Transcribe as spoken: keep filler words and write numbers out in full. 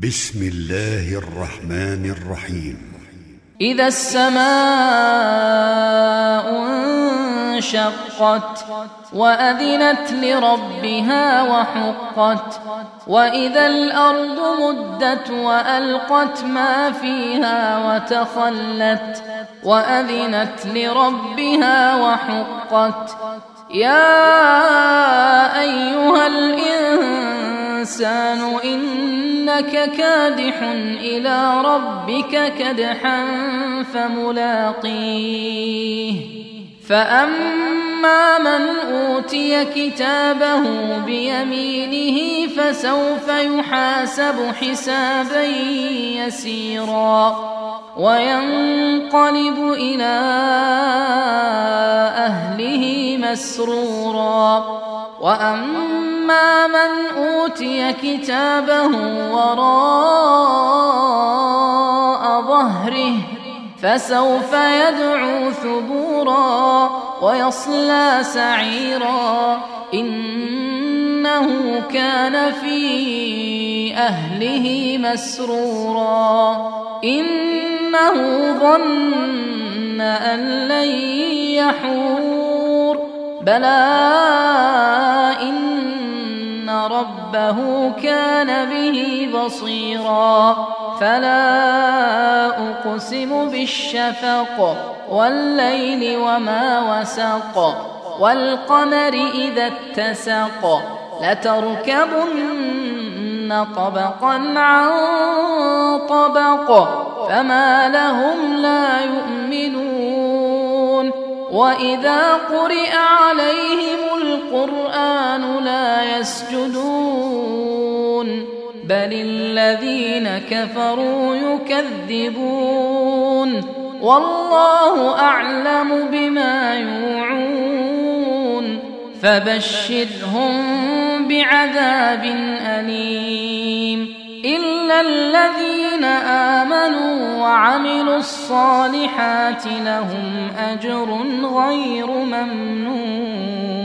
بسم الله الرحمن الرحيم. إذا السماء انشقت وأذنت لربها وحقت وإذا الأرض مدت وألقت ما فيها وتخلت وأذنت لربها وحقت يا أيها الإنسان إنك كادح إلى ربك كدحا فملاقيه فأما من أوتي كتابه بيمينه فسوف يحاسب حسابا يسيرا وينقلب إلى أهله مسرورا وأما من أوتي كتابه وراء ظهره فسوف يدعو ثبورا ويصلى سعيرا إنه كان في أهله مسرورا إنه ظن أن لن يحور بلى إن ربه كان به بصيرا فلا أقسم بالشفق والليل وما وسق والقمر إذا اتسق لتركبن طبقا عن طبق فما لهم لا يؤمنون وإذا قرئ عليهم القرآن لا يسجدون بل الذين كفروا يكذبون والله أعلم بما يوعون فبشرهم بعذاب أليم إلا الذين آمنوا وعملوا الصالحات لهم أجر غير ممنون.